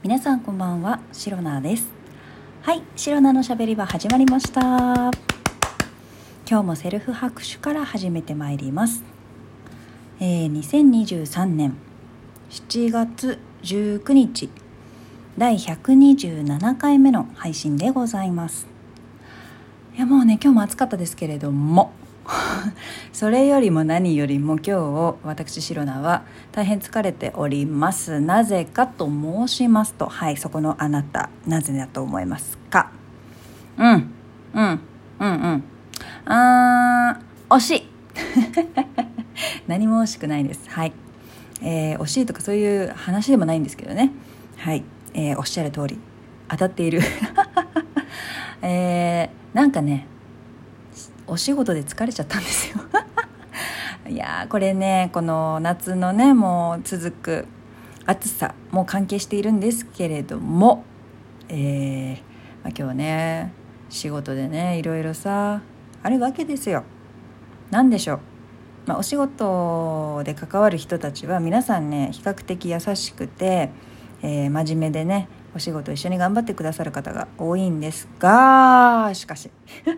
皆さんこんばんは、シロナです。はい、シロナのしゃべり場始まりました。今日もセルフ拍手から始めてまいります。2023年7月19日第127回目の配信でございます。いやもうね、今日も暑かったですけれどもそれよりも何よりも今日私シロナは大変疲れております。なぜかと申しますと、はい、そこのあなた、なぜだと思いますか？惜しい何も惜しくないです。はい、惜しいとかそういう話でもないんですけどね。はい、おっしゃる通り当たっているなんかね、お仕事で疲れちゃったんですよいやこれね、この夏のねもう続く暑さも関係しているんですけれども、今日ね仕事でねいろいろさあるわけですよ。なんでしょう、お仕事で関わる人たちは皆さんね比較的優しくて、真面目でねお仕事一緒に頑張ってくださる方が多いんですが、しかし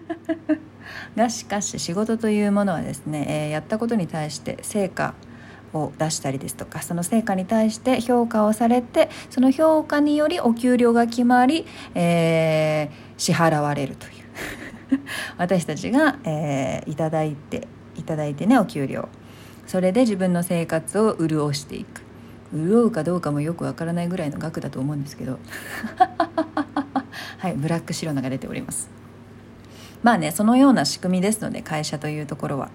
仕事というものはですね、やったことに対して成果を出したりですとか、その成果に対して評価をされて、その評価によりお給料が決まり、支払われるという私たちが、いただいてねお給料、それで自分の生活を潤していく。潤うかどうかもよくわからないぐらいの額だと思うんですけどはい、ブラックシロナが出ております。そのような仕組みですので、会社というところは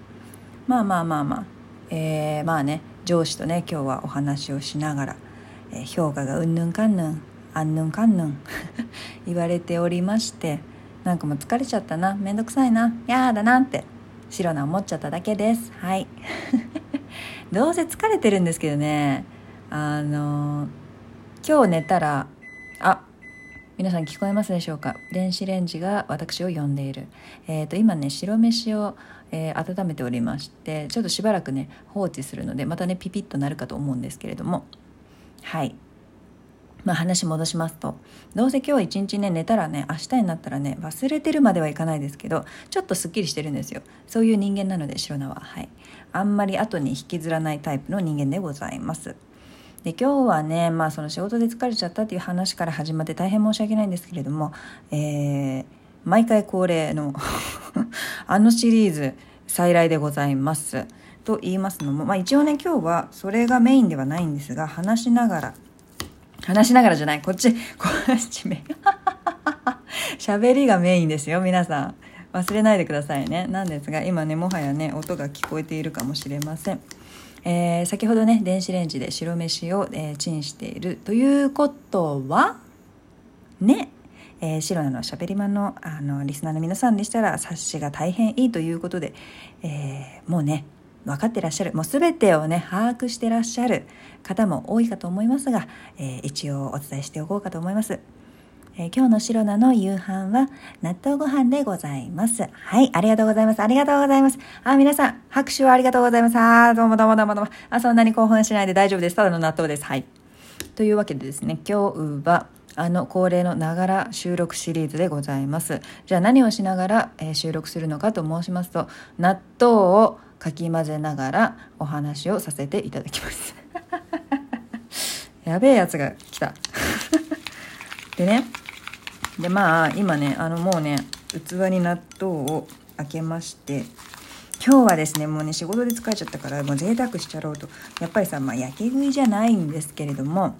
上司とね今日はお話をしながら、評価がうんぬんかんぬんあんぬんかんぬん言われておりまして、なんかもう疲れちゃったな、めんどくさいな、やだなってシロナ思っちゃっただけです。はいどうせ疲れてるんですけどね、今日寝たら、皆さん聞こえますでしょうか？電子レンジが私を呼んでいる。今ね白飯を、温めておりまして、ちょっとしばらくね放置するのでまたねピピッとなるかと思うんですけれども、はい、話戻しますと、どうせ今日一日ね寝たらね明日になったらね忘れてるまではいかないですけど、ちょっとすっきりしてるんですよ。そういう人間なのでシロナは、はい、あんまり後に引きずらないタイプの人間でございます。で今日はね、その仕事で疲れちゃったっていう話から始まって大変申し訳ないんですけれども、毎回恒例のあのシリーズ再来でございます。と言いますのも、一応ね今日はそれがメインではないんですが、話しながらじゃない、こっち喋りがメインですよ。皆さん忘れないでくださいね。なんですが今ねもはやね音が聞こえているかもしれません。先ほどね電子レンジで白飯を、チンしているということはね、シロナのしゃべり場の、リスナーの皆さんでしたら察しが大変いいということで、もうね分かってらっしゃる、もう全てをね把握してらっしゃる方も多いかと思いますが、一応お伝えしておこうかと思います。今日のシロナの夕飯は納豆ご飯でございます。はい、ありがとうございます。ありがとうございます。皆さん拍手をありがとうございます。どうも。そんなに興奮しないで大丈夫です。ただの納豆です。はい。というわけでですね、今日は恒例のながら収録シリーズでございます。じゃあ何をしながら、収録するのかと申しますと、納豆をかき混ぜながらお話をさせていただきますやべえやつが来たでね、今ねもうね器に納豆を開けまして、今日はですねもうね仕事で疲れちゃったからもう贅沢しちゃろうと、やっぱりさ焼き食いじゃないんですけれども、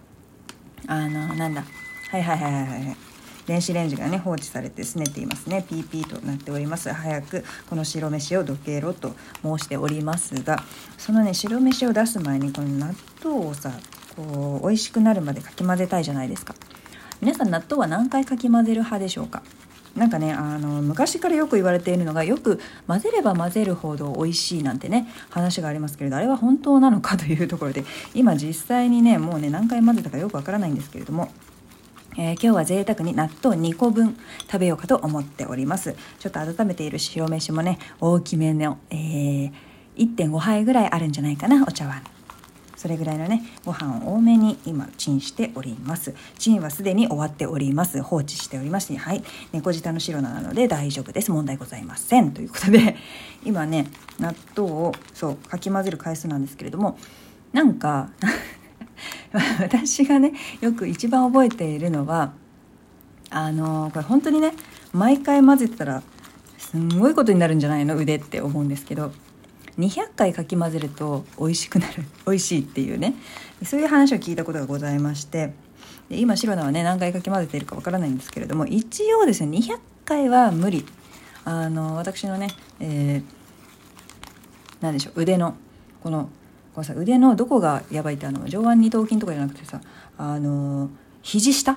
電子レンジがね放置されてすねていますね。ピーピーとなっております。早くこの白飯をどけろと申しておりますが、そのね白飯を出す前にこの納豆をさこう美味しくなるまでかき混ぜたいじゃないですか。皆さん納豆は何回かき混ぜる派でしょうか？なんかね昔からよく言われているのが、よく混ぜれば混ぜるほど美味しいなんてね話がありますけれど、あれは本当なのかというところで、今実際にねもうね何回混ぜたかよくわからないんですけれども、今日は贅沢に納豆2個分食べようかと思っております。ちょっと温めている白飯もね大きめの、1.5 杯ぐらいあるんじゃないかな、お茶碗それぐらいのねご飯を多めに今チンしております。チンはすでに終わっております。放置しておりまして、はい、猫舌の白菜なので大丈夫です。問題ございませんということで、今ね納豆をかき混ぜる回数なんですけれども、なんか私がねよく一番覚えているのはこれ本当にね毎回混ぜてたらすんごいことになるんじゃないの腕って思うんですけど、200回かき混ぜると美味しくなる美味しいっていうね、そういう話を聞いたことがございまして、で今白菜はね何回かき混ぜているかわからないんですけれども、一応ですね200回は無理。私のね、なんでしょう、腕のこのさ腕のどこがやばいって、上腕二頭筋とかじゃなくてさ、肘下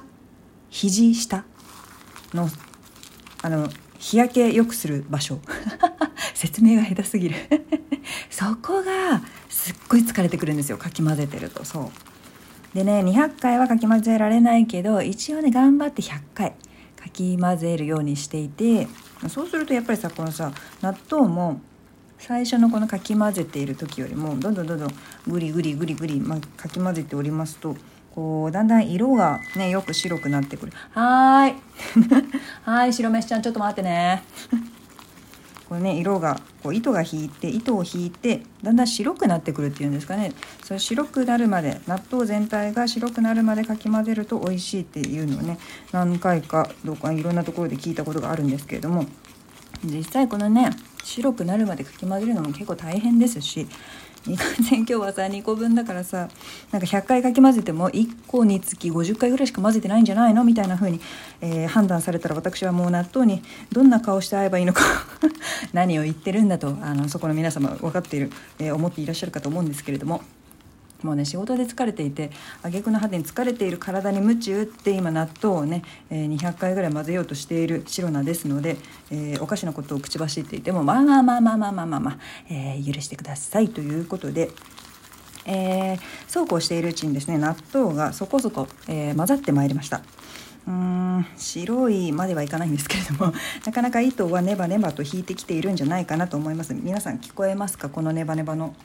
の日焼けよくする場所説明が下手すぎるそこがすっごい疲れてくるんですよ、かき混ぜてると。そうでね、200回はかき混ぜられないけど、一応ね頑張って100回かき混ぜるようにしていて、そうするとやっぱりさ、このさ納豆も最初のこのかき混ぜている時よりもどんどんグリグリ、かき混ぜておりますと、こうだんだん色がねよく白くなってくる。はーいはい、白飯ちゃんちょっと待ってねこれね色が糸を引いてだんだん白くなってくるっていうんですかね。それ白くなるまで、納豆全体が白くなるまでかき混ぜると美味しいっていうのをね、何回かいろんなところで聞いたことがあるんですけれども、実際このね白くなるまでかき混ぜるのも結構大変ですし、いかんせん今日はさ2個分だからさ、なんか100回かき混ぜても1個につき50回ぐらいしか混ぜてないんじゃないのみたいな風に、判断されたら、私はもう納豆にどんな顔して会えばいいのか何を言ってるんだとそこの皆様分かっている、思っていらっしゃるかと思うんですけれども、もうね仕事で疲れていて、挙句の果てに疲れている体に鞭打って今納豆をね、200回ぐらい混ぜようとしている白菜ですので、おかしなことを口走っていてもまあ、許してくださいということで、そうこうしているうちにですね、納豆がそこそこ、混ざってまいりました。白いまではいかないんですけれども、なかなか糸はネバネバと引いてきているんじゃないかなと思います。皆さん聞こえますか？このネバネバの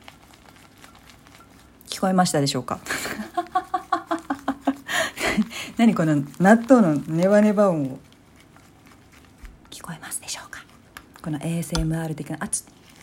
聞こえましたでしょうか何この納豆のネバネバ音を聞こえますでしょうか？この ASMR 的な熱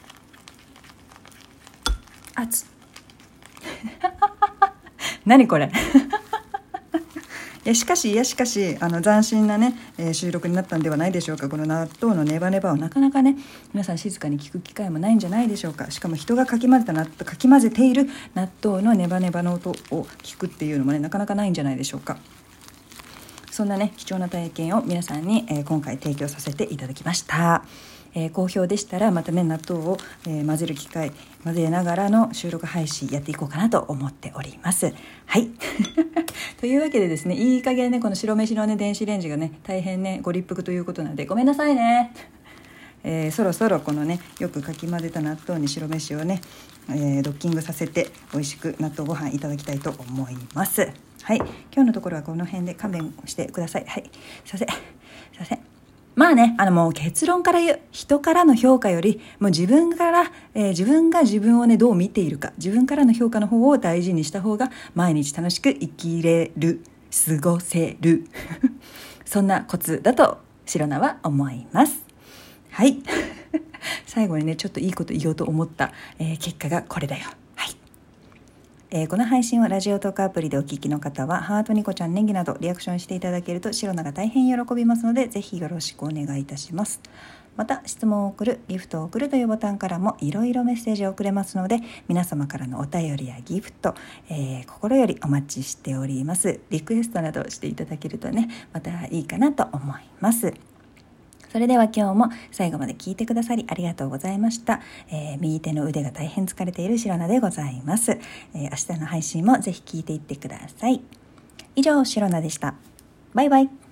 何これいやしかし斬新なね、収録になったんではないでしょうか。この納豆のネバネバをなかなかね皆さん静かに聞く機会もないんじゃないでしょうか。しかも人がかき混ぜている納豆のネバネバの音を聞くっていうのもねなかなかないんじゃないでしょうか。そんなね貴重な体験を皆さんに、今回提供させていただきました。好評でしたらまたね納豆を、混ぜる機会、混ぜながらの収録配信やっていこうかなと思っております。はいというわけでですね、いい加減ねこの白飯のね電子レンジがね大変ねご立腹ということなのでごめんなさいね。そろそろこのねよくかき混ぜた納豆に白飯をね、ドッキングさせて美味しく納豆ご飯いただきたいと思います。はい、今日のところはこの辺で勘弁してください。はい、すいません。まあね、もう結論から言う、人からの評価よりもう自分から、自分が自分をねどう見ているか、自分からの評価の方を大事にした方が毎日楽しく生きれる、過ごせるそんなコツだと白菜は思います。はい最後にねちょっといいこと言おうと思った、結果がこれだよ。この配信はラジオトークアプリでお聞きの方はハート、ニコちゃん、ネギなどリアクションしていただけると白菜が大変喜びますので、ぜひよろしくお願いいたします。また質問を送る、ギフトを送るというボタンからもいろいろメッセージを送れますので、皆様からのお便りやギフト、心よりお待ちしております。リクエストなどしていただけるとねまたいいかなと思います。それでは今日も最後まで聞いてくださりありがとうございました。右手の腕が大変疲れている白菜でございます。明日の配信もぜひ聞いていってください。以上、白菜でした。バイバイ。